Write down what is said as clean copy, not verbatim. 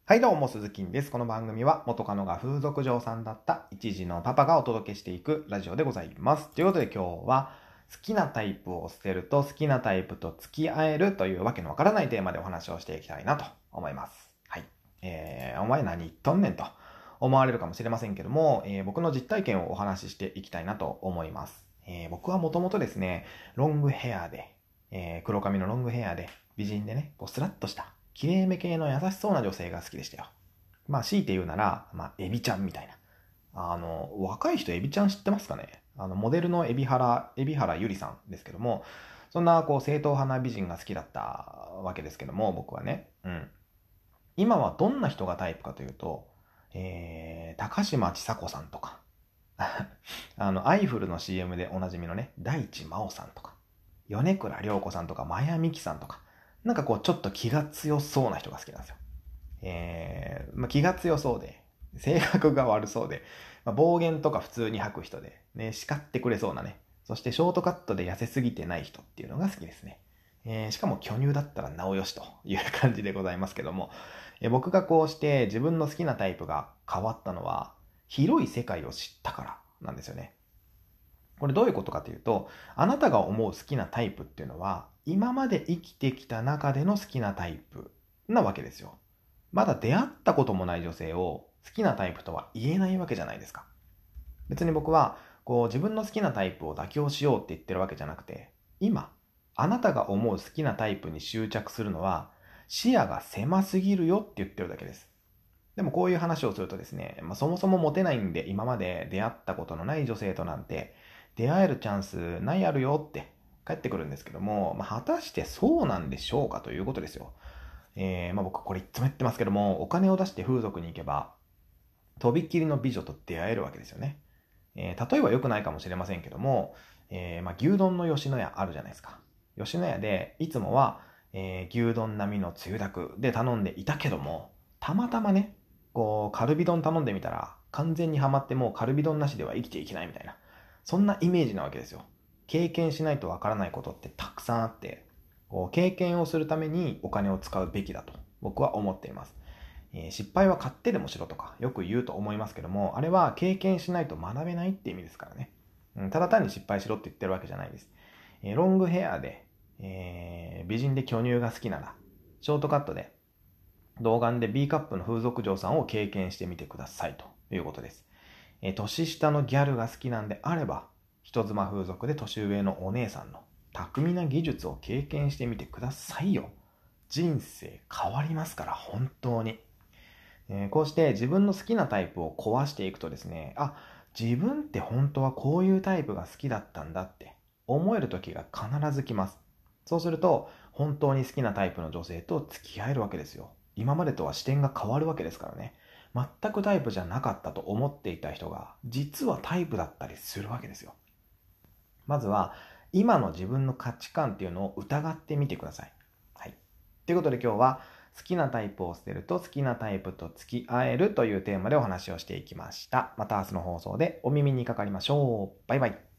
はいどうも、鈴木です。この番組は元カノが風俗嬢さんだった一児のパパがお届けしていくラジオでございます。ということで今日は好きなタイプを捨てると好きなタイプと付き合えるというわけのわからないテーマでお話をしていきたいなと思います。はい。お前何言っとんねんと思われるかもしれませんけども、僕の実体験をお話ししていきたいなと思います。僕はもともとですね、ロングヘアで、黒髪のロングヘアで美人でね、こうスラッとした綺麗め系の優しそうな女性が好きでしたよ。まあ、強いて言うなら、エビちゃんみたいな。若い人エビちゃん知ってますかね。モデルの海老原ゆりさんですけども、そんな、正統派な美人が好きだったわけですけども、僕はね。うん。今はどんな人がタイプかというと、高嶋ちさ子さんとか、アイフルの CM でおなじみのね、大地真央さんとか、米倉涼子さんとか、マヤミキさんとか、なんかちょっと気が強そうな人が好きなんですよ。気が強そうで、性格が悪そうで、暴言とか普通に吐く人で、ね、叱ってくれそうなね、そしてショートカットで痩せすぎてない人っていうのが好きですね。しかも巨乳だったらなおよしという感じでございますけども、僕がこうして自分の好きなタイプが変わったのは、広い世界を知ったからなんですよね。これどういうことかというと、あなたが思う好きなタイプっていうのは、今まで生きてきた中での好きなタイプなわけですよ。まだ出会ったこともない女性を好きなタイプとは言えないわけじゃないですか。別に僕は自分の好きなタイプを妥協しようって言ってるわけじゃなくて、今、あなたが思う好きなタイプに執着するのは視野が狭すぎるよって言ってるだけです。でもこういう話をするとですね、そもそもモテないんで今まで出会ったことのない女性となんて出会えるチャンスないあるよって返ってくるんですけども、果たしてそうなんでしょうかということですよ。僕これいつも言ってますけども、お金を出して風俗に行けば、とびっきりの美女と出会えるわけですよね。例えば良くないかもしれませんけども、牛丼の吉野家あるじゃないですか。吉野家でいつもは、牛丼並みのつゆだくで頼んでいたけども、たまたまね、カルビ丼頼んでみたら、完全にハマってもうカルビ丼なしでは生きていけないみたいな。そんなイメージなわけですよ。経験しないとわからないことってたくさんあって、経験をするためにお金を使うべきだと僕は思っています。失敗は買ってでもしろとかよく言うと思いますけども、あれは経験しないと学べないって意味ですからね。ただ単に失敗しろって言ってるわけじゃないです。ロングヘアで、美人で巨乳が好きなら、ショートカットで童顔で B カップの風俗嬢さんを経験してみてくださいということです。年下のギャルが好きなんであれば、人妻風俗で年上のお姉さんの巧みな技術を経験してみてくださいよ。人生変わりますから、本当に。こうして自分の好きなタイプを壊していくとですね、自分って本当はこういうタイプが好きだったんだって思える時が必ず来ます。そうすると、本当に好きなタイプの女性と付き合えるわけですよ。今までとは視点が変わるわけですからね。全くタイプじゃなかったと思っていた人が、実はタイプだったりするわけですよ。まずは、今の自分の価値観っていうのを疑ってみてください。はい。ということで今日は、好きなタイプを捨てると好きなタイプと付き合えるというテーマでお話をしていきました。また明日の放送でお耳にかかりましょう。バイバイ。